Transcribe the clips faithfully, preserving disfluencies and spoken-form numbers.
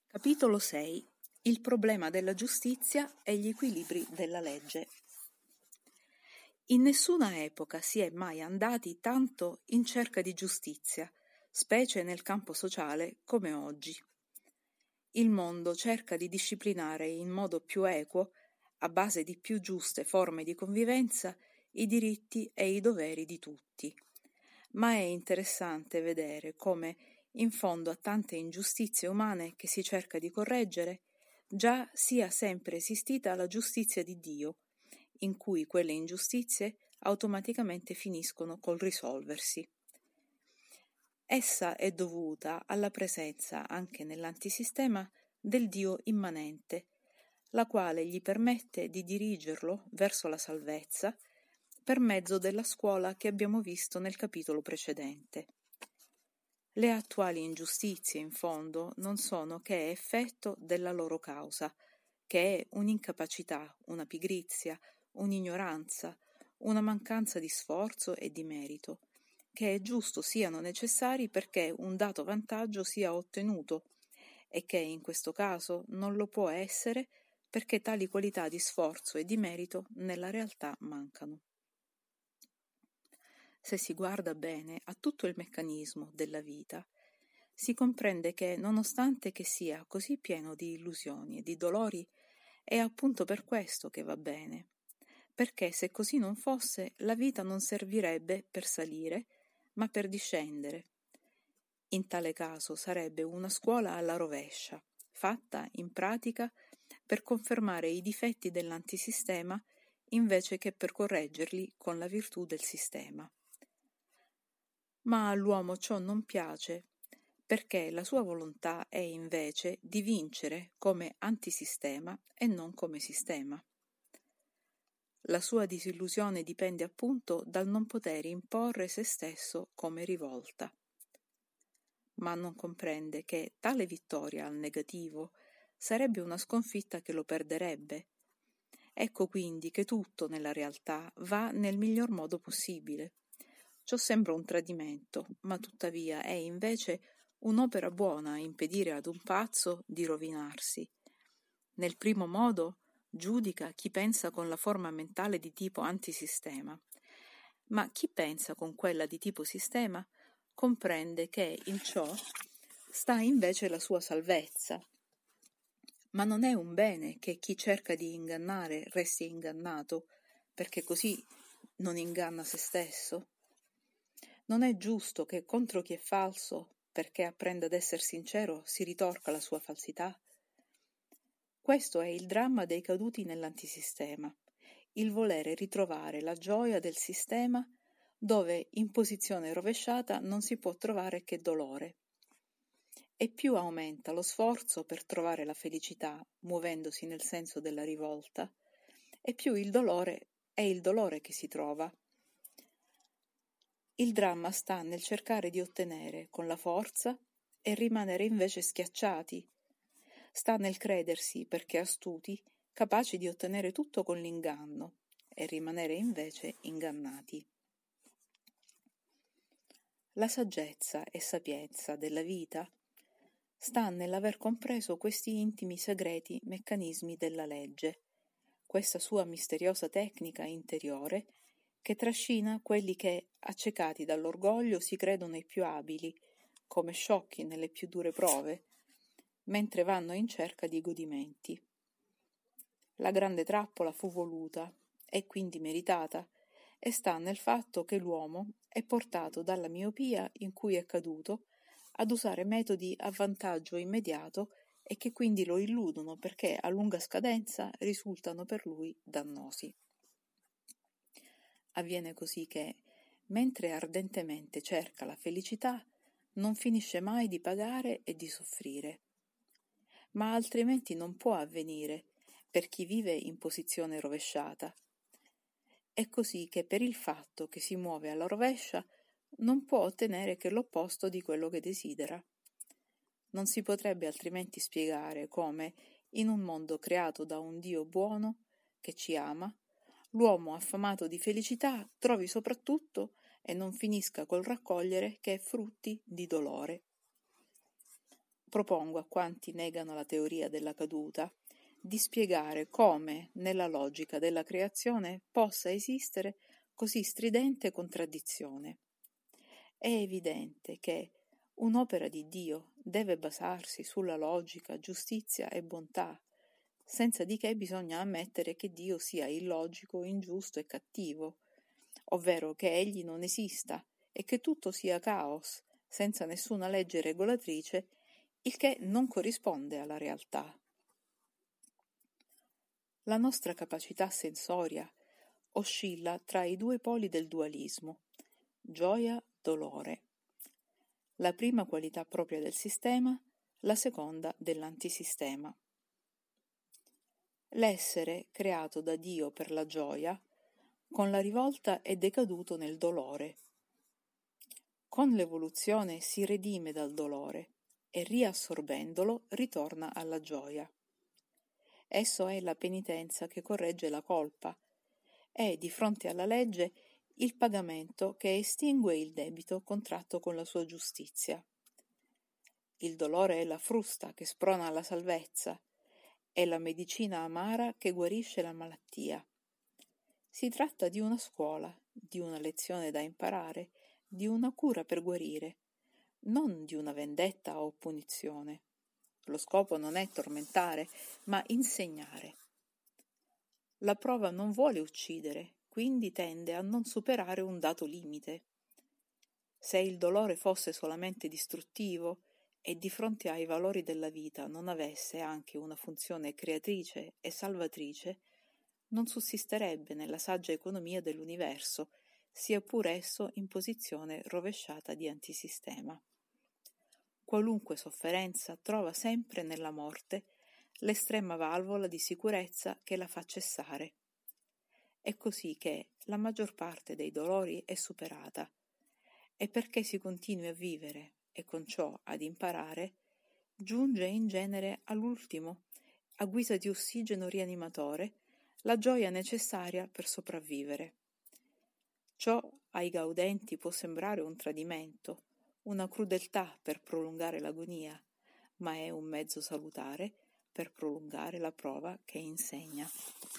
Capitolo sei. Il problema della giustizia e gli equilibri della legge. In nessuna epoca si è mai andati tanto in cerca di giustizia, specie nel campo sociale, come oggi. Il mondo cerca di disciplinare in modo più equo, a base di più giuste forme di convivenza, i diritti e i doveri di tutti. Ma è interessante vedere come, in fondo a tante ingiustizie umane che si cerca di correggere, già sia sempre esistita la giustizia di Dio, in cui quelle ingiustizie automaticamente finiscono col risolversi. Essa è dovuta alla presenza anche nell'antisistema del Dio immanente, la quale gli permette di dirigerlo verso la salvezza per mezzo della scuola che abbiamo visto nel capitolo precedente. Le attuali ingiustizie, in fondo, non sono che effetto della loro causa, che è un'incapacità, una pigrizia, un'ignoranza, una mancanza di sforzo e di merito, che è giusto siano necessari perché un dato vantaggio sia ottenuto e che in questo caso non lo può essere perché tali qualità di sforzo e di merito nella realtà mancano. Se si guarda bene a tutto il meccanismo della vita, si comprende che, nonostante che sia così pieno di illusioni e di dolori, è appunto per questo che va bene, perché se così non fosse, la vita non servirebbe per salire, ma per discendere. In tale caso sarebbe una scuola alla rovescia, fatta in pratica per confermare i difetti dell'antisistema invece che per correggerli con la virtù del sistema. Ma all'uomo ciò non piace, perché la sua volontà è invece di vincere come antisistema e non come sistema. La sua disillusione dipende appunto dal non poter imporre se stesso come rivolta. Ma non comprende che tale vittoria al negativo sarebbe una sconfitta che lo perderebbe. Ecco quindi che tutto nella realtà va nel miglior modo possibile. Ciò sembra un tradimento, ma tuttavia è invece un'opera buona a impedire ad un pazzo di rovinarsi. Nel primo modo giudica chi pensa con la forma mentale di tipo antisistema, ma chi pensa con quella di tipo sistema comprende che in ciò sta invece la sua salvezza. Ma non è un bene che chi cerca di ingannare resti ingannato, perché così non inganna se stesso. Non è giusto che contro chi è falso, perché apprenda ad essere sincero, si ritorca la sua falsità. Questo è il dramma dei caduti nell'antisistema, il volere ritrovare la gioia del sistema dove in posizione rovesciata non si può trovare che dolore. E più aumenta lo sforzo per trovare la felicità, muovendosi nel senso della rivolta, e più il dolore è il dolore che si trova. Il dramma sta nel cercare di ottenere con la forza e rimanere invece schiacciati. Sta nel credersi, perché astuti, capaci di ottenere tutto con l'inganno e rimanere invece ingannati. La saggezza e sapienza della vita sta nell'aver compreso questi intimi segreti meccanismi della legge, questa sua misteriosa tecnica interiore che trascina quelli che, accecati dall'orgoglio, si credono i più abili, come sciocchi nelle più dure prove, mentre vanno in cerca di godimenti. La grande trappola fu voluta, e quindi meritata, e sta nel fatto che l'uomo è portato dalla miopia in cui è caduto ad usare metodi a vantaggio immediato e che quindi lo illudono perché a lunga scadenza risultano per lui dannosi. Avviene così che, mentre ardentemente cerca la felicità, non finisce mai di pagare e di soffrire. Ma altrimenti non può avvenire per chi vive in posizione rovesciata. È così che per il fatto che si muove alla rovescia non può ottenere che l'opposto di quello che desidera. Non si potrebbe altrimenti spiegare come, in un mondo creato da un Dio buono, che ci ama, l'uomo affamato di felicità trovi soprattutto e non finisca col raccogliere che frutti di dolore. propongo a quanti negano la teoria della caduta di spiegare come nella logica della creazione possa esistere così stridente contraddizione. È evidente che un'opera di Dio deve basarsi sulla logica, giustizia e bontà, senza di che bisogna ammettere che Dio sia illogico, ingiusto e cattivo, ovvero che Egli non esista e che tutto sia caos, senza nessuna legge regolatrice, il che non corrisponde alla realtà. La nostra capacità sensoria oscilla tra i due poli del dualismo, gioia, dolore. La prima qualità propria del sistema, la seconda dell'antisistema. L'essere creato da Dio per la gioia, con la rivolta è decaduto nel dolore. Con l'evoluzione si redime dal dolore e riassorbendolo ritorna alla gioia. Esso è la penitenza che corregge la colpa, è di fronte alla legge il pagamento che estingue il debito contratto con la sua giustizia. Il dolore è la frusta che sprona alla salvezza, è la medicina amara che guarisce la malattia. Si tratta di una scuola, di una lezione da imparare, di una cura per guarire, non di una vendetta o punizione. Lo scopo non è tormentare, ma insegnare. La prova non vuole uccidere, quindi tende a non superare un dato limite. Se il dolore fosse solamente distruttivo e di fronte ai valori della vita non avesse anche una funzione creatrice e salvatrice, non sussisterebbe nella saggia economia dell'universo, sia pur esso in posizione rovesciata di antisistema. Qualunque sofferenza trova sempre nella morte l'estrema valvola di sicurezza che la fa cessare. È così che la maggior parte dei dolori è superata, e perché si continui a vivere e con ciò ad imparare, giunge in genere all'ultimo, a guisa di ossigeno rianimatore, la gioia necessaria per sopravvivere. Ciò ai gaudenti può sembrare un tradimento, una crudeltà per prolungare l'agonia, ma è un mezzo salutare per prolungare la prova che insegna.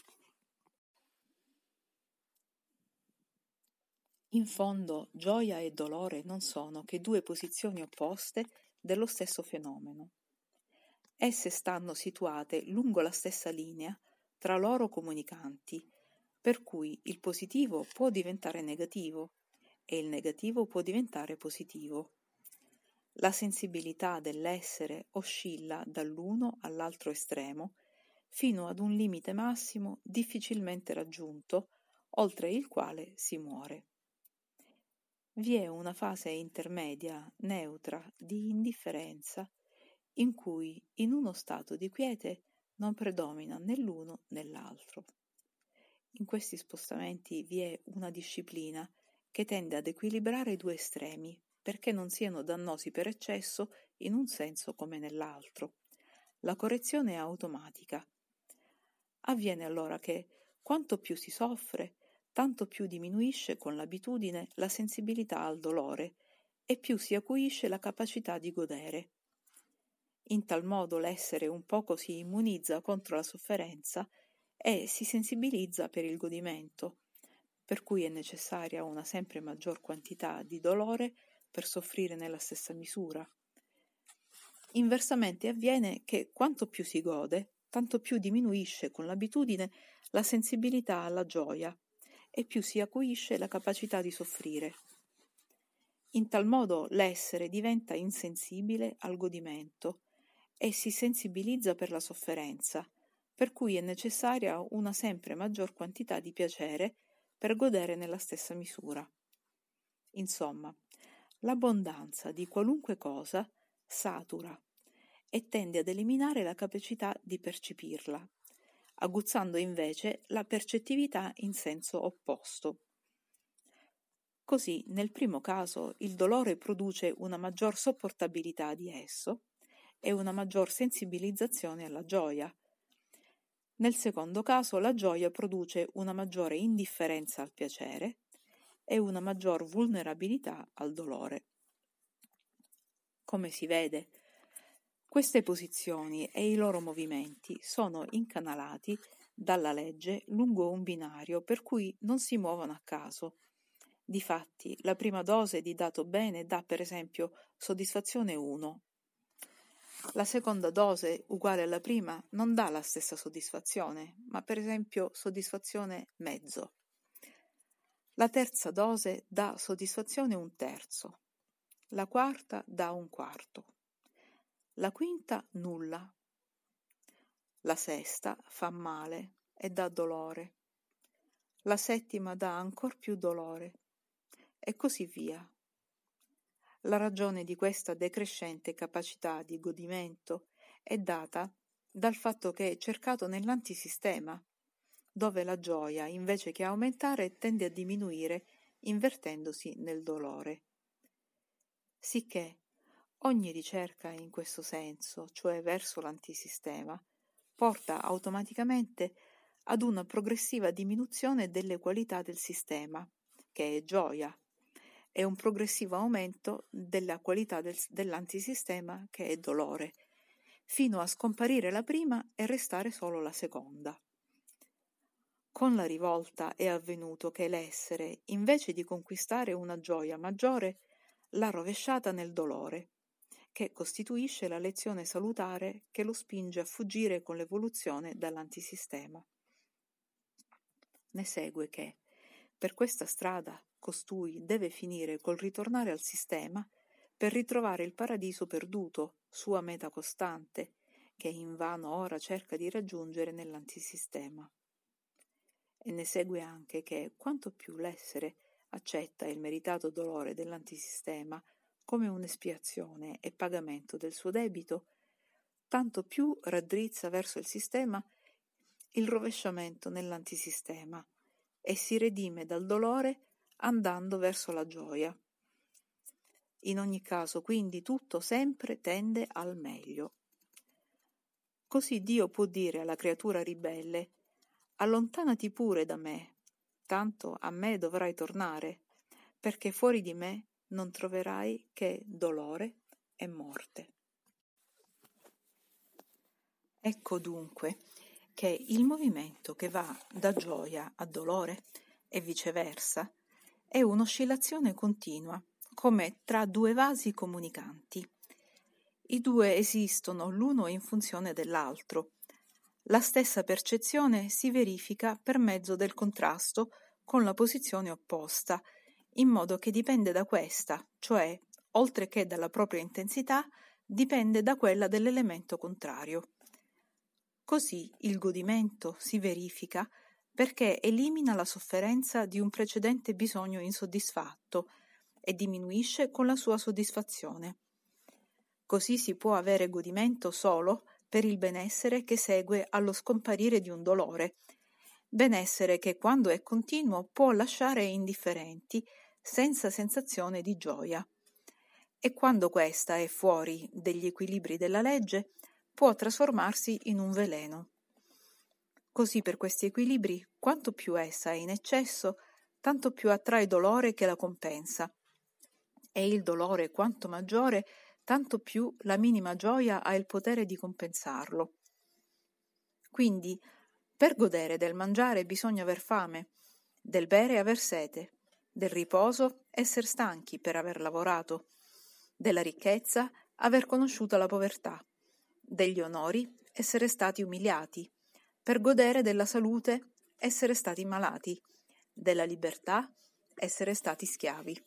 In fondo, gioia e dolore non sono che due posizioni opposte dello stesso fenomeno. Esse stanno situate lungo la stessa linea, tra loro comunicanti, per cui il positivo può diventare negativo e il negativo può diventare positivo. La sensibilità dell'essere oscilla dall'uno all'altro estremo fino ad un limite massimo difficilmente raggiunto, oltre il quale si muore. Vi è una fase intermedia, neutra, di indifferenza, in cui in uno stato di quiete non predomina né l'uno né l'altro. In questi spostamenti vi è una disciplina che tende ad equilibrare i due estremi, perché non siano dannosi per eccesso in un senso come nell'altro. La correzione è automatica. Avviene allora che, quanto più si soffre, tanto più diminuisce con l'abitudine la sensibilità al dolore e più si acuisce la capacità di godere. In tal modo l'essere un poco si immunizza contro la sofferenza e si sensibilizza per il godimento, per cui è necessaria una sempre maggior quantità di dolore per soffrire nella stessa misura. Inversamente avviene che quanto più si gode, tanto più diminuisce con l'abitudine la sensibilità alla gioia e più si acuisce la capacità di soffrire. In tal modo l'essere diventa insensibile al godimento e si sensibilizza per la sofferenza, per cui è necessaria una sempre maggior quantità di piacere per godere nella stessa misura. Insomma, l'abbondanza di qualunque cosa satura e tende ad eliminare la capacità di percepirla, aguzzando invece la percettività in senso opposto. Così, nel primo caso, il dolore produce una maggior sopportabilità di esso e una maggior sensibilizzazione alla gioia. Nel secondo caso, la gioia produce una maggiore indifferenza al piacere e una maggior vulnerabilità al dolore. Come si vede, Queste posizioni e i loro movimenti sono incanalati dalla legge lungo un binario per cui non si muovono a caso. Difatti, la prima dose di dato bene dà per esempio soddisfazione uno. La seconda dose, uguale alla prima, non dà la stessa soddisfazione, ma per esempio soddisfazione mezzo. La terza dose dà soddisfazione un terzo. La quarta dà un quarto. La quinta nulla. La sesta fa male e dà dolore. La settima dà ancor più dolore. E così via. La ragione di questa decrescente capacità di godimento è data dal fatto che è cercato nell'antisistema, dove la gioia, invece che aumentare, tende a diminuire, invertendosi nel dolore. Sicché ogni ricerca in questo senso, cioè verso l'antisistema, porta automaticamente ad una progressiva diminuzione delle qualità del sistema, che è gioia, e un progressivo aumento della qualità del, dell'antisistema, che è dolore, fino a scomparire la prima e restare solo la seconda. Con la rivolta è avvenuto che l'essere, invece di conquistare una gioia maggiore, l'ha rovesciata nel dolore, che costituisce la lezione salutare che lo spinge a fuggire con l'evoluzione dall'antisistema. Ne segue che, per questa strada, costui deve finire col ritornare al sistema per ritrovare il paradiso perduto, sua meta costante, che invano ora cerca di raggiungere nell'antisistema. E ne segue anche che quanto più l'essere accetta il meritato dolore dell'antisistema come un'espiazione e pagamento del suo debito, tanto più raddrizza verso il sistema il rovesciamento nell'antisistema e si redime dal dolore andando verso la gioia. In ogni caso, quindi, tutto sempre tende al meglio. Così Dio può dire alla creatura ribelle: allontanati pure da me, tanto a me dovrai tornare, perché fuori di me non troverai che dolore e morte. Ecco dunque che il movimento che va da gioia a dolore e viceversa è un'oscillazione continua, come tra due vasi comunicanti. I due esistono l'uno in funzione dell'altro. La stessa percezione si verifica per mezzo del contrasto con la posizione opposta, in modo che dipende da questa, cioè, oltre che dalla propria intensità, dipende da quella dell'elemento contrario. Così il godimento si verifica perché elimina la sofferenza di un precedente bisogno insoddisfatto e diminuisce con la sua soddisfazione. Così si può avere godimento solo per il benessere che segue allo scomparire di un dolore, benessere che quando è continuo può lasciare indifferenti, senza sensazione di gioia. E quando questa è fuori degli equilibri della legge, può trasformarsi in un veleno. Così per questi equilibri, quanto più essa è in eccesso, tanto più attrae dolore che la compensa. E il dolore quanto maggiore, tanto più la minima gioia ha il potere di compensarlo. Quindi, per godere del mangiare bisogna aver fame, del bere aver sete, del riposo esser stanchi per aver lavorato, della ricchezza aver conosciuto la povertà, degli onori essere stati umiliati, per godere della salute essere stati malati, della libertà essere stati schiavi.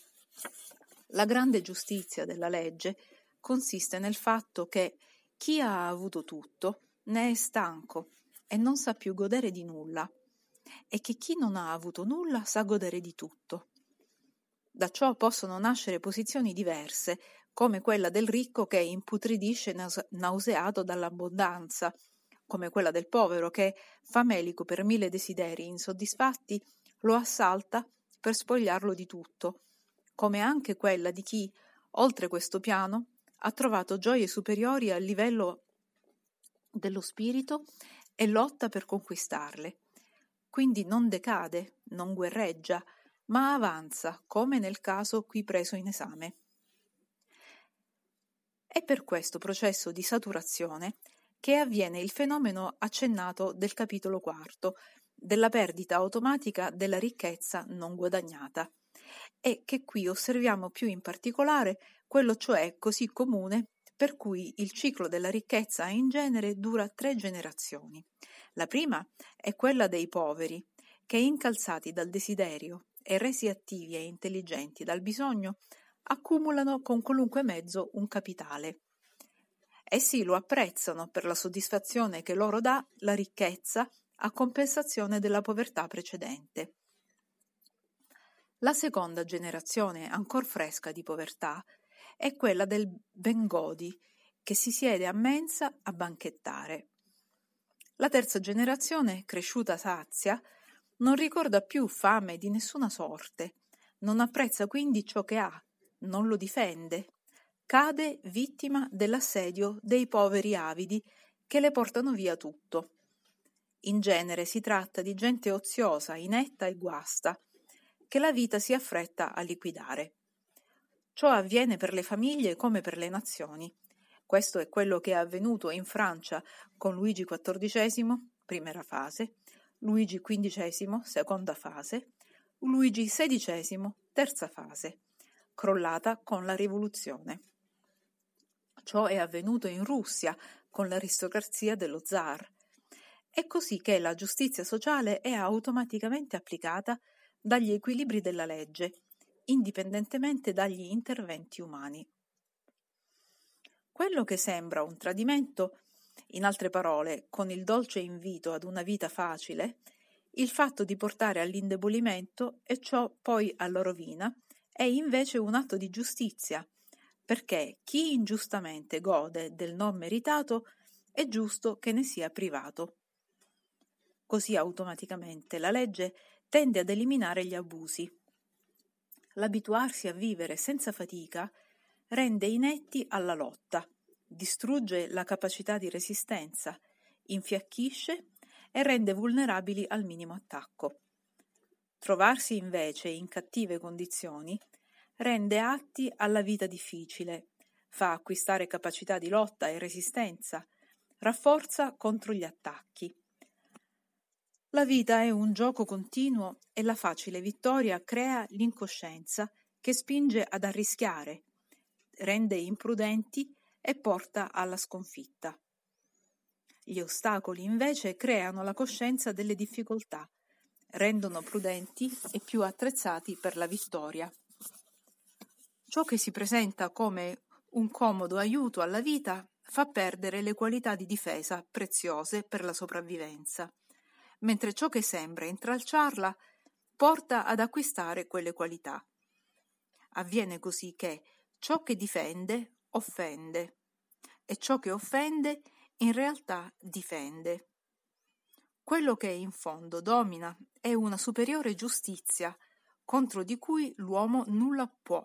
La grande giustizia della legge consiste nel fatto che chi ha avuto tutto ne è stanco e non sa più godere di nulla, e che chi non ha avuto nulla sa godere di tutto. Da ciò possono nascere posizioni diverse, come quella del ricco che imputridisce nauseato dall'abbondanza, come quella del povero che, famelico per mille desideri insoddisfatti, lo assalta per spogliarlo di tutto, come anche quella di chi, oltre questo piano, ha trovato gioie superiori al livello dello spirito e lotta per conquistarle. Quindi non decade, non guerreggia, ma avanza, come nel caso qui preso in esame. È per questo processo di saturazione che avviene il fenomeno accennato del capitolo quarto, della perdita automatica della ricchezza non guadagnata, e che qui osserviamo più in particolare quello cioè così comune per cui il ciclo della ricchezza in genere dura tre generazioni. La prima è quella dei poveri, che incalzati dal desiderio e resi attivi e intelligenti dal bisogno, accumulano con qualunque mezzo un capitale. Essi lo apprezzano per la soddisfazione che loro dà la ricchezza a compensazione della povertà precedente. La seconda generazione, ancor fresca di povertà, è quella del bengodi, che si siede a mensa a banchettare. La terza generazione, cresciuta sazia, non ricorda più fame di nessuna sorte, non apprezza quindi ciò che ha, non lo difende, cade vittima dell'assedio dei poveri avidi che le portano via tutto. In genere si tratta di gente oziosa, inetta e guasta, che la vita si affretta a liquidare. Ciò avviene per le famiglie come per le nazioni. Questo è quello che è avvenuto in Francia con Luigi quattordicesimo, prima fase, Luigi quindicesimo, seconda fase, Luigi sedicesimo, terza fase, crollata con la rivoluzione. Ciò è avvenuto in Russia con l'aristocrazia dello zar. È così che la giustizia sociale è automaticamente applicata dagli equilibri della legge, indipendentemente dagli interventi umani. Quello che sembra un tradimento, in altre parole, con il dolce invito ad una vita facile, il fatto di portare all'indebolimento e ciò poi alla rovina, è invece un atto di giustizia, perché chi ingiustamente gode del non meritato è giusto che ne sia privato. Così automaticamente la legge tende ad eliminare gli abusi. L'abituarsi a vivere senza fatica rende inetti alla lotta, distrugge la capacità di resistenza, infiacchisce e rende vulnerabili al minimo attacco. Trovarsi invece in cattive condizioni rende atti alla vita difficile, fa acquistare capacità di lotta e resistenza, rafforza contro gli attacchi. La vita è un gioco continuo e la facile vittoria crea l'incoscienza che spinge ad arrischiare, rende imprudenti e porta alla sconfitta. Gli ostacoli invece creano la coscienza delle difficoltà, rendono prudenti e più attrezzati per la vittoria. Ciò che si presenta come un comodo aiuto alla vita fa perdere le qualità di difesa preziose per la sopravvivenza, mentre ciò che sembra intralciarla porta ad acquistare quelle qualità. Avviene così che ciò che difende offende e ciò che offende in realtà difende. Quello che in fondo domina è una superiore giustizia contro di cui l'uomo nulla può.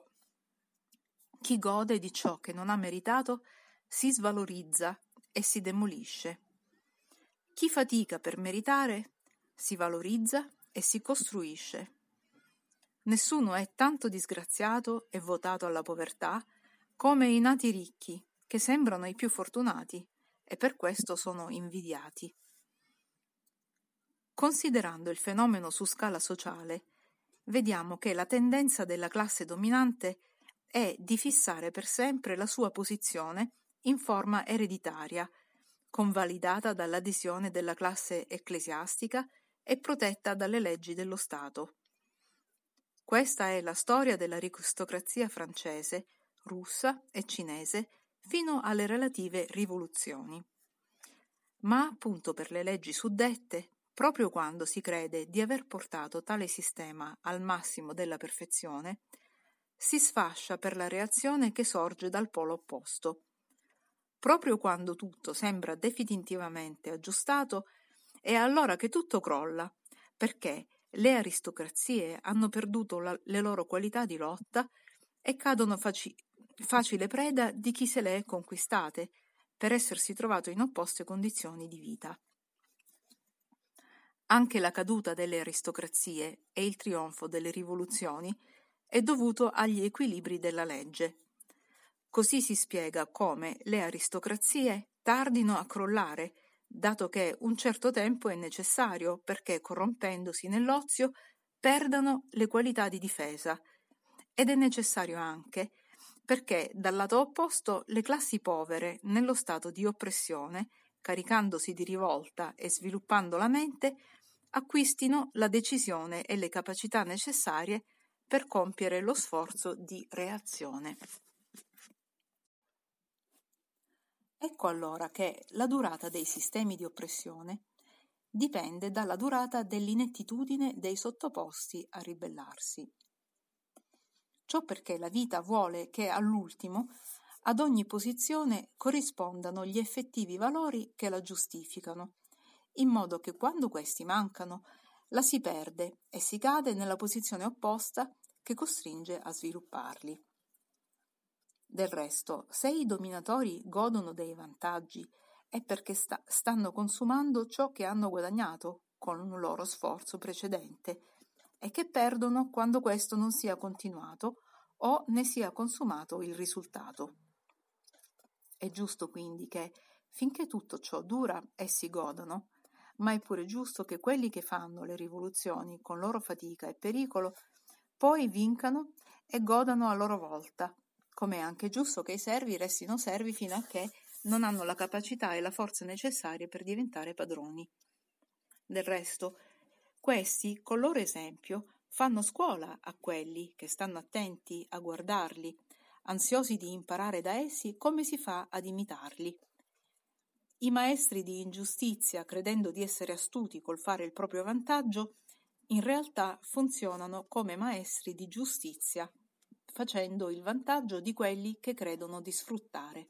Chi gode di ciò che non ha meritato si svalorizza e si demolisce. Chi fatica per meritare si valorizza e si costruisce. Nessuno è tanto disgraziato e votato alla povertà come i nati ricchi, che sembrano i più fortunati e per questo sono invidiati. Considerando il fenomeno su scala sociale, vediamo che la tendenza della classe dominante è di fissare per sempre la sua posizione in forma ereditaria, convalidata dall'adesione della classe ecclesiastica e protetta dalle leggi dello Stato. Questa è la storia dell'aristocrazia francese, russa e cinese fino alle relative rivoluzioni. Ma appunto per le leggi suddette, proprio quando si crede di aver portato tale sistema al massimo della perfezione, si sfascia per la reazione che sorge dal polo opposto. Proprio quando tutto sembra definitivamente aggiustato, è allora che tutto crolla, perché le aristocrazie hanno perduto la, le loro qualità di lotta e cadono faci, facile preda di chi se le è conquistate per essersi trovato in opposte condizioni di vita. Anche la caduta delle aristocrazie e il trionfo delle rivoluzioni è dovuto agli equilibri della legge. Così si spiega come le aristocrazie tardino a crollare, dato che un certo tempo è necessario perché, corrompendosi nell'ozio, perdano le qualità di difesa, ed è necessario anche perché dal lato opposto le classi povere, nello stato di oppressione, caricandosi di rivolta e sviluppando la mente, acquistino la decisione e le capacità necessarie per compiere lo sforzo di reazione. Ecco allora che la durata dei sistemi di oppressione dipende dalla durata dell'inettitudine dei sottoposti a ribellarsi. Ciò perché la vita vuole che all'ultimo ad ogni posizione corrispondano gli effettivi valori che la giustificano, in modo che quando questi mancano la si perde e si cade nella posizione opposta che costringe a svilupparli. Del resto, se i dominatori godono dei vantaggi è perché sta- stanno consumando ciò che hanno guadagnato con un loro sforzo precedente e che perdono quando questo non sia continuato o ne sia consumato il risultato. È giusto quindi che, finché tutto ciò dura, essi godano, ma è pure giusto che quelli che fanno le rivoluzioni con loro fatica e pericolo poi vincano e godano a loro volta, come è anche giusto che i servi restino servi fino a che non hanno la capacità e la forza necessarie per diventare padroni. Del resto, questi, col loro esempio, fanno scuola a quelli che stanno attenti a guardarli, ansiosi di imparare da essi come si fa ad imitarli. I maestri di ingiustizia, credendo di essere astuti col fare il proprio vantaggio, in realtà funzionano come maestri di giustizia, facendo il vantaggio di quelli che credono di sfruttare.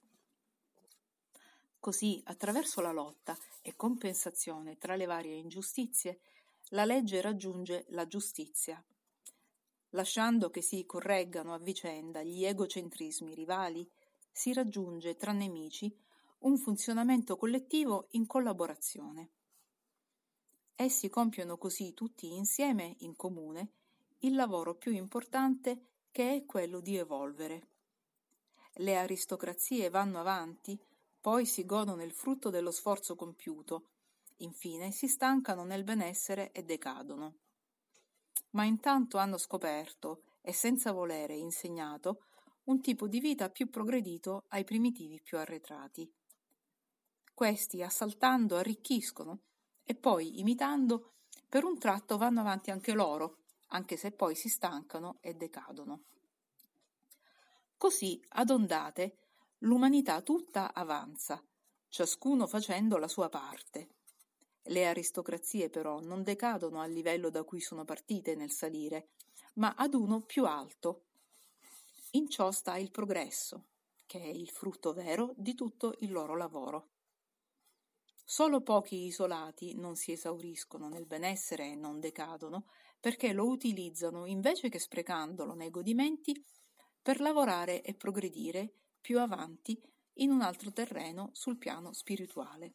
Così, attraverso la lotta e compensazione tra le varie ingiustizie, la legge raggiunge la giustizia. Lasciando che si correggano a vicenda gli egocentrismi rivali, si raggiunge tra nemici un funzionamento collettivo in collaborazione. Essi compiono così tutti insieme, in comune, il lavoro più importante che è quello di evolvere. Le aristocrazie vanno avanti, poi si godono il frutto dello sforzo compiuto, infine si stancano nel benessere e decadono. Ma intanto hanno scoperto, e senza volere insegnato, un tipo di vita più progredito ai primitivi più arretrati. Questi, assaltando, arricchiscono e poi, imitando, per un tratto vanno avanti anche loro, anche se poi si stancano e decadono. Così, ad ondate, l'umanità tutta avanza, ciascuno facendo la sua parte. Le aristocrazie però non decadono al livello da cui sono partite nel salire, ma ad uno più alto. In ciò sta il progresso, che è il frutto vero di tutto il loro lavoro. Solo pochi isolati non si esauriscono nel benessere e non decadono, perché lo utilizzano, invece che sprecandolo nei godimenti, per lavorare e progredire più avanti in un altro terreno sul piano spirituale.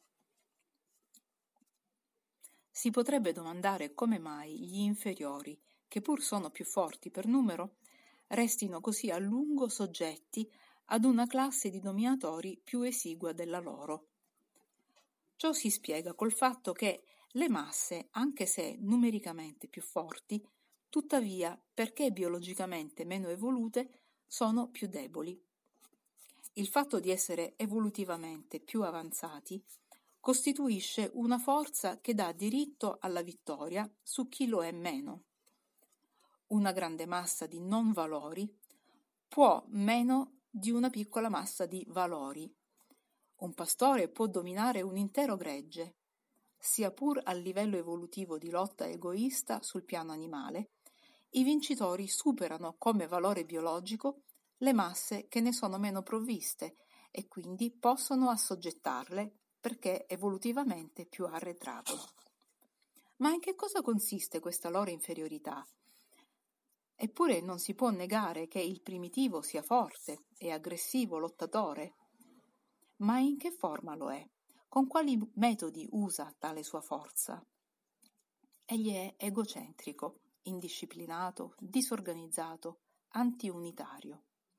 Si potrebbe domandare come mai gli inferiori, che pur sono più forti per numero, restino così a lungo soggetti ad una classe di dominatori più esigua della loro. Ciò si spiega col fatto che le masse, anche se numericamente più forti, tuttavia, perché biologicamente meno evolute, sono più deboli. Il fatto di essere evolutivamente più avanzati costituisce una forza che dà diritto alla vittoria su chi lo è meno. Una grande massa di non valori può meno di una piccola massa di valori. Un pastore può dominare un intero gregge, sia pur a livello evolutivo di lotta egoista sul piano animale. I vincitori superano come valore biologico le masse che ne sono meno provviste e quindi possono assoggettarle perché evolutivamente più arretrato. Ma in che cosa consiste questa loro inferiorità? Eppure non si può negare che il primitivo sia forte e aggressivo lottatore. Ma in che forma lo è? Con quali metodi usa tale sua forza? Egli è egocentrico, indisciplinato, disorganizzato, antiunitario.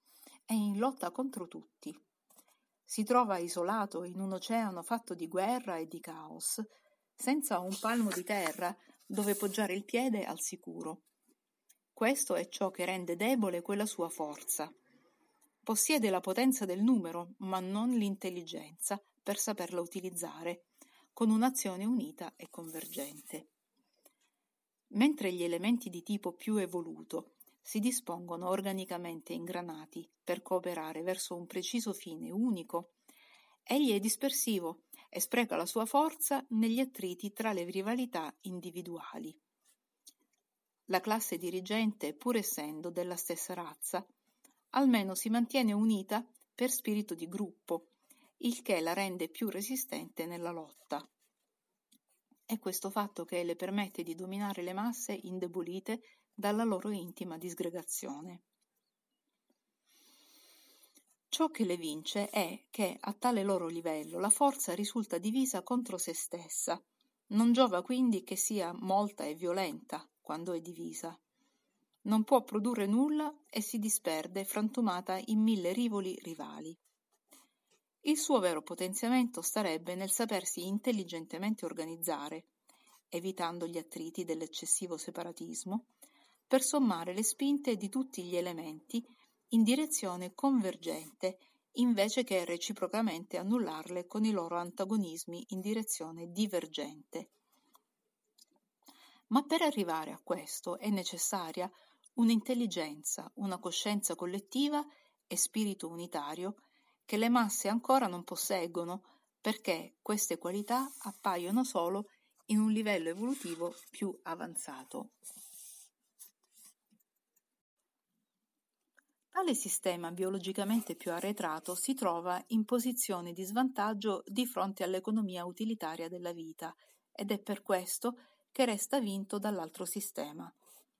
è in lotta contro tutti. Si trova isolato in un oceano fatto di guerra e di caos, senza un palmo di terra dove poggiare il piede al sicuro. Questo è ciò che rende debole quella sua forza. Possiede la potenza del numero, ma non l'intelligenza per saperla utilizzare, con un'azione unita e convergente. Mentre gli elementi di tipo più evoluto si dispongono organicamente ingranati per cooperare verso un preciso fine unico, egli è dispersivo e spreca la sua forza negli attriti tra le rivalità individuali. La classe dirigente, pur essendo della stessa razza, almeno si mantiene unita per spirito di gruppo, il che la rende più resistente nella lotta. È questo fatto che le permette di dominare le masse indebolite dalla loro intima disgregazione. Ciò che le vince è che a tale loro livello la forza risulta divisa contro se stessa. Non giova quindi che sia molta e violenta quando è divisa. Non può produrre nulla e si disperde frantumata in mille rivoli rivali. Il suo vero potenziamento starebbe nel sapersi intelligentemente organizzare, evitando gli attriti dell'eccessivo separatismo, per sommare le spinte di tutti gli elementi in direzione convergente invece che reciprocamente annullarle con i loro antagonismi in direzione divergente. Ma per arrivare a questo è necessaria un'intelligenza, una coscienza collettiva e spirito unitario che le masse ancora non posseggono, perché queste qualità appaiono solo in un livello evolutivo più avanzato. Tale sistema biologicamente più arretrato si trova in posizione di svantaggio di fronte all'economia utilitaria della vita ed è per questo che resta vinto dall'altro sistema.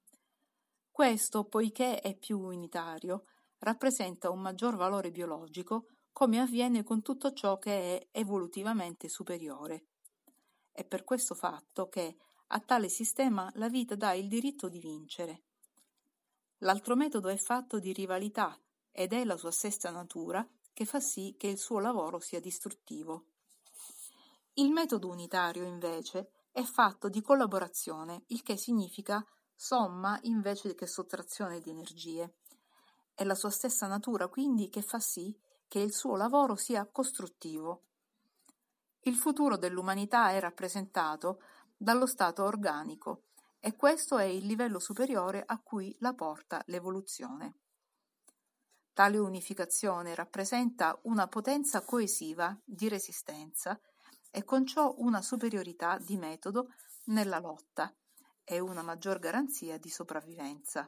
Questo, poiché è più unitario, rappresenta un maggior valore biologico, come avviene con tutto ciò che è evolutivamente superiore. È per questo fatto che a tale sistema la vita dà il diritto di vincere. L'altro metodo è fatto di rivalità ed è la sua stessa natura che fa sì che il suo lavoro sia distruttivo. Il metodo unitario, invece, è fatto di collaborazione, il che significa somma invece che sottrazione di energie. È la sua stessa natura, quindi, che fa sì che il suo lavoro sia costruttivo. Il futuro dell'umanità è rappresentato dallo stato organico, e questo è il livello superiore a cui la porta l'evoluzione. Tale unificazione rappresenta una potenza coesiva di resistenza e con ciò una superiorità di metodo nella lotta e una maggior garanzia di sopravvivenza.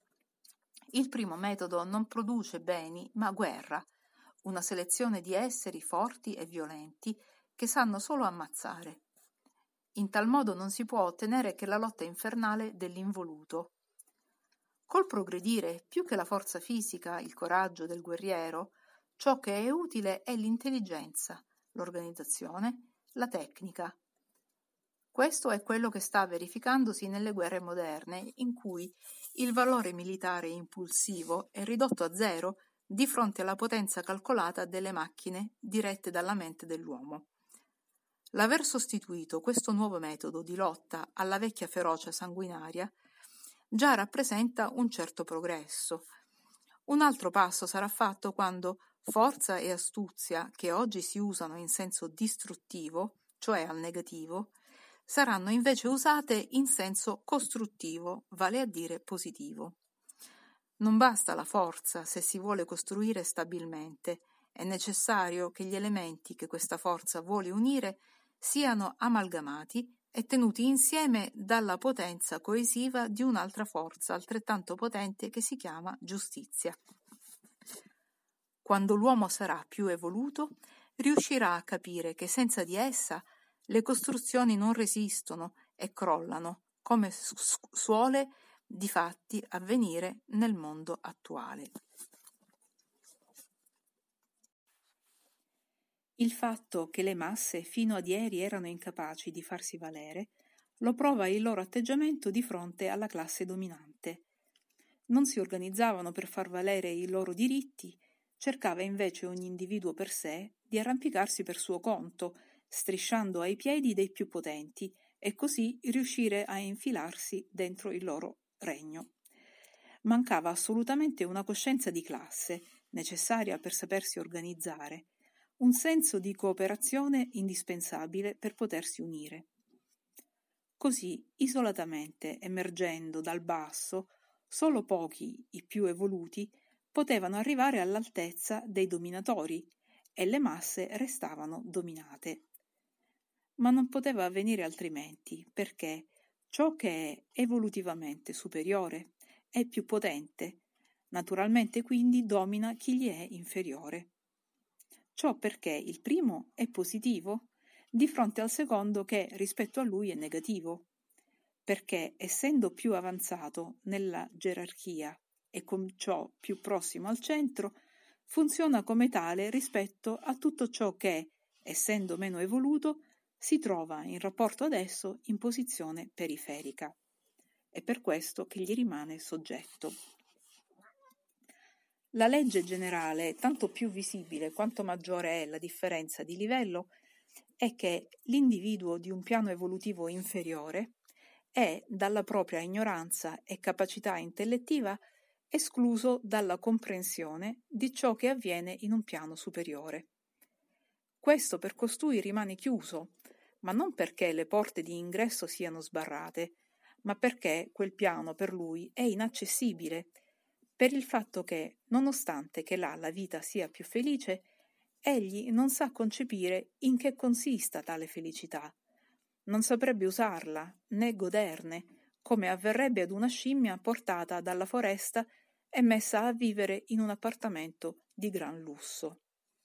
Il primo metodo non produce beni, ma guerra, una selezione di esseri forti e violenti che sanno solo ammazzare. In tal modo non si può ottenere che la lotta infernale dell'involuto. Col progredire, più che la forza fisica, il coraggio del guerriero, ciò che è utile è l'intelligenza, l'organizzazione, la tecnica. Questo è quello che sta verificandosi nelle guerre moderne, in cui il valore militare impulsivo è ridotto a zero di fronte alla potenza calcolata delle macchine dirette dalla mente dell'uomo. L'aver sostituito questo nuovo metodo di lotta alla vecchia ferocia sanguinaria già rappresenta un certo progresso. Un altro passo sarà fatto quando forza e astuzia, che oggi si usano in senso distruttivo, cioè al negativo, saranno invece usate in senso costruttivo, vale a dire positivo. Non basta la forza se si vuole costruire stabilmente, è necessario che gli elementi che questa forza vuole unire siano amalgamati e tenuti insieme dalla potenza coesiva di un'altra forza altrettanto potente che si chiama giustizia. Quando l'uomo sarà più evoluto, riuscirà a capire che senza di essa le costruzioni non resistono e crollano, come suole difatti avvenire nel mondo attuale. Il fatto che le masse fino ad ieri erano incapaci di farsi valere lo prova il loro atteggiamento di fronte alla classe dominante. non si organizzavano per far valere i loro diritti, cercava invece ogni individuo per sé di arrampicarsi per suo conto, strisciando ai piedi dei più potenti, e così riuscire a infilarsi dentro il loro regno. Mancava assolutamente una coscienza di classe, necessaria per sapersi organizzare, un senso di cooperazione indispensabile per potersi unire. Così, isolatamente, emergendo dal basso, solo pochi, i più evoluti, potevano arrivare all'altezza dei dominatori e le masse restavano dominate. Ma non poteva avvenire altrimenti, perché ciò che è evolutivamente superiore è più potente, naturalmente quindi domina chi gli è inferiore. Ciò perché il primo è positivo di fronte al secondo che rispetto a lui è negativo, perché essendo più avanzato nella gerarchia e con ciò più prossimo al centro, funziona come tale rispetto a tutto ciò che, essendo meno evoluto, si trova in rapporto ad esso in posizione periferica. È per questo che gli rimane soggetto. La legge generale, tanto più visibile quanto maggiore è la differenza di livello, è che l'individuo di un piano evolutivo inferiore è, dalla propria ignoranza e capacità intellettiva, escluso dalla comprensione di ciò che avviene in un piano superiore. Questo per costui rimane chiuso, ma non perché le porte di ingresso siano sbarrate, ma perché quel piano per lui è inaccessibile, per il fatto che, nonostante che là la vita sia più felice, egli non sa concepire in che consista tale felicità. Non saprebbe usarla, né goderne, come avverrebbe ad una scimmia portata dalla foresta e messa a vivere in un appartamento di gran lusso.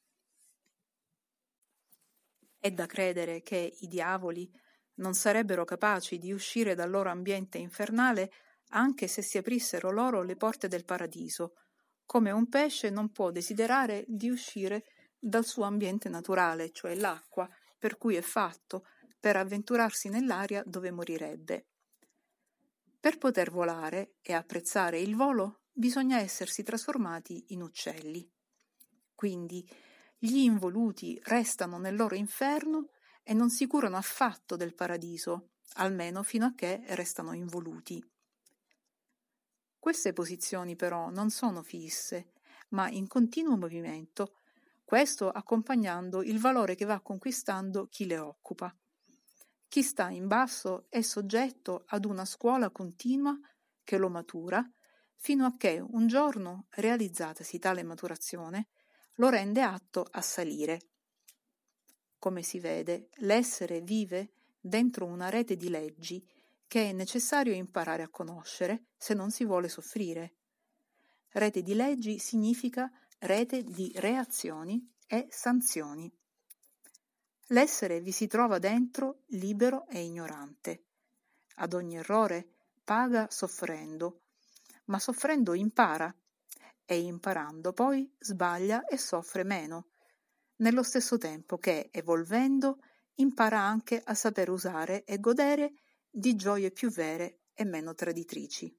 È da credere che i diavoli non sarebbero capaci di uscire dal loro ambiente infernale anche se si aprissero loro le porte del paradiso, come un pesce non può desiderare di uscire dal suo ambiente naturale, cioè l'acqua, per cui è fatto, per avventurarsi nell'aria dove morirebbe. Per poter volare e apprezzare il volo bisogna essersi trasformati in uccelli. Quindi gli involuti restano nel loro inferno e non si curano affatto del paradiso, almeno fino a che restano involuti. Queste posizioni però non sono fisse, ma in continuo movimento, questo accompagnando il valore che va conquistando chi le occupa. Chi sta in basso è soggetto ad una scuola continua che lo matura, fino a che un giorno, realizzatasi tale maturazione, lo rende atto a salire. Come si vede, l'essere vive dentro una rete di leggi che è necessario imparare a conoscere se non si vuole soffrire. Rete di leggi significa rete di reazioni e sanzioni. L'essere vi si trova dentro libero e ignorante. Ad ogni errore paga soffrendo, ma soffrendo impara, e imparando poi sbaglia e soffre meno, nello stesso tempo che, evolvendo, impara anche a saper usare e godere di gioie più vere e meno traditrici.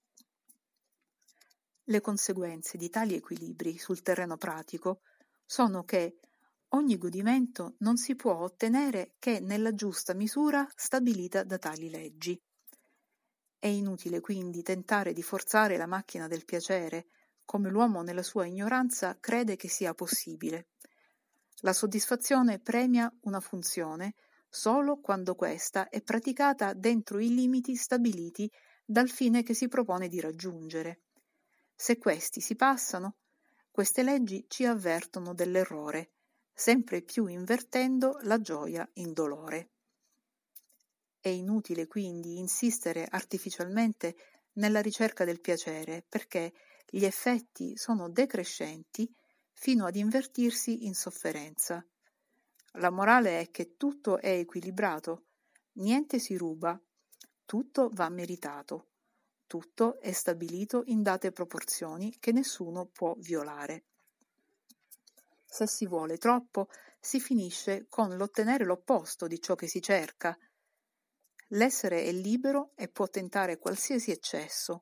Le conseguenze di tali equilibri sul terreno pratico sono che ogni godimento non si può ottenere che nella giusta misura stabilita da tali leggi. È inutile quindi tentare di forzare la macchina del piacere, come l'uomo nella sua ignoranza crede che sia possibile. La soddisfazione premia una funzione solo quando questa è praticata dentro i limiti stabiliti dal fine che si propone di raggiungere. Se questi si passano, queste leggi ci avvertono dell'errore, sempre più invertendo la gioia in dolore. È inutile quindi insistere artificialmente nella ricerca del piacere, perché gli effetti sono decrescenti fino ad invertirsi in sofferenza. La morale è che tutto è equilibrato, niente si ruba, tutto va meritato, tutto è stabilito in date proporzioni che nessuno può violare. Se si vuole troppo, si finisce con l'ottenere l'opposto di ciò che si cerca. L'essere è libero e può tentare qualsiasi eccesso,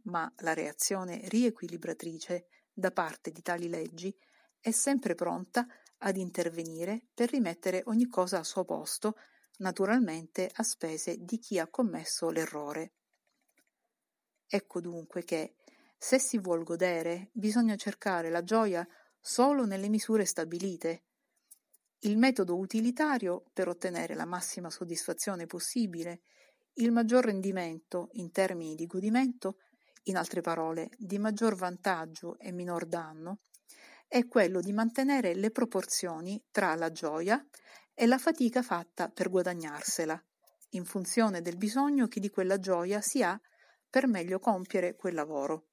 ma la reazione riequilibratrice da parte di tali leggi è sempre pronta ad intervenire per rimettere ogni cosa al suo posto, naturalmente a spese di chi ha commesso l'errore. Ecco dunque che, se si vuol godere, bisogna cercare la gioia solo nelle misure stabilite. Il metodo utilitario per ottenere la massima soddisfazione possibile, il maggior rendimento in termini di godimento, in altre parole, di maggior vantaggio e minor danno, è quello di mantenere le proporzioni tra la gioia e la fatica fatta per guadagnarsela, in funzione del bisogno che di quella gioia si ha per meglio compiere quel lavoro.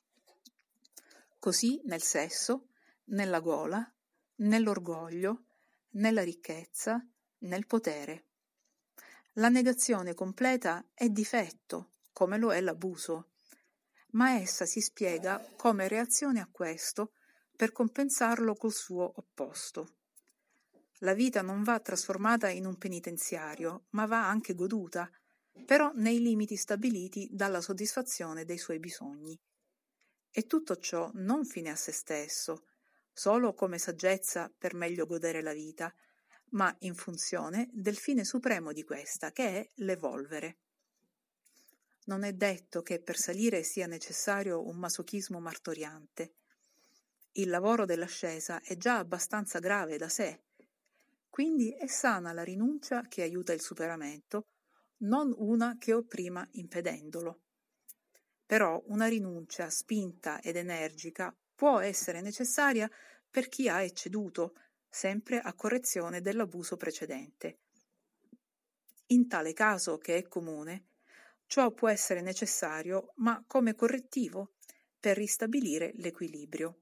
Così nel sesso, nella gola, nell'orgoglio, nella ricchezza, nel potere. La negazione completa è difetto, come lo è l'abuso, ma essa si spiega come reazione a questo per compensarlo col suo opposto. La vita non va trasformata in un penitenziario, ma va anche goduta, però nei limiti stabiliti dalla soddisfazione dei suoi bisogni. E tutto ciò non fine a se stesso, solo come saggezza per meglio godere la vita, ma in funzione del fine supremo di questa, che è l'evolvere. Non è detto che per salire sia necessario un masochismo martoriante. Il lavoro dell'ascesa è già abbastanza grave da sé, quindi è sana la rinuncia che aiuta il superamento, non una che opprima impedendolo. Però una rinuncia spinta ed energica può essere necessaria per chi ha ecceduto, sempre a correzione dell'abuso precedente. In tale caso, che è comune, ciò può essere necessario, ma come correttivo, per ristabilire l'equilibrio.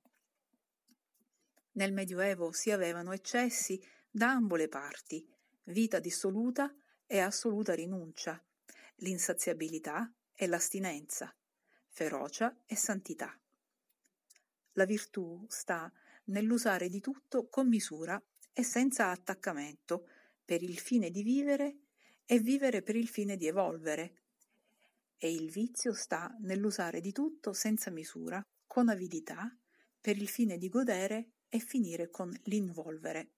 Nel Medioevo si avevano eccessi da ambo le parti, vita dissoluta e assoluta rinuncia, l'insaziabilità e l'astinenza, ferocia e santità. La virtù sta nell'usare di tutto con misura e senza attaccamento, per il fine di vivere e vivere per il fine di evolvere, e il vizio sta nell'usare di tutto senza misura, con avidità, per il fine di godere e finire con l'involvere.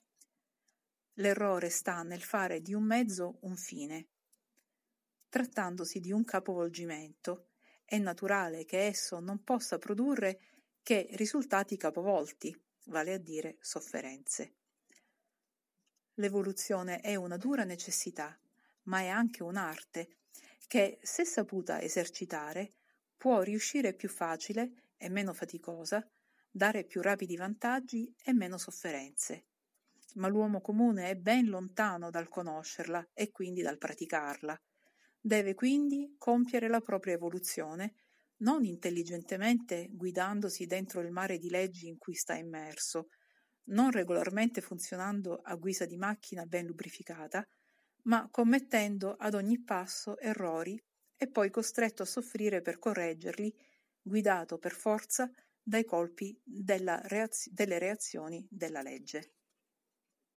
L'errore sta nel fare di un mezzo un fine. Trattandosi di un capovolgimento, è naturale che esso non possa produrre che risultati capovolti, vale a dire sofferenze. L'evoluzione è una dura necessità, ma è anche un'arte che, se saputa esercitare, può riuscire più facile e meno faticosa, dare più rapidi vantaggi e meno sofferenze. Ma l'uomo comune è ben lontano dal conoscerla e quindi dal praticarla. Deve quindi compiere la propria evoluzione, non intelligentemente guidandosi dentro il mare di leggi in cui sta immerso, non regolarmente funzionando a guisa di macchina ben lubrificata, ma commettendo ad ogni passo errori e poi costretto a soffrire per correggerli, guidato per forza dai colpi della reaz- delle reazioni della legge.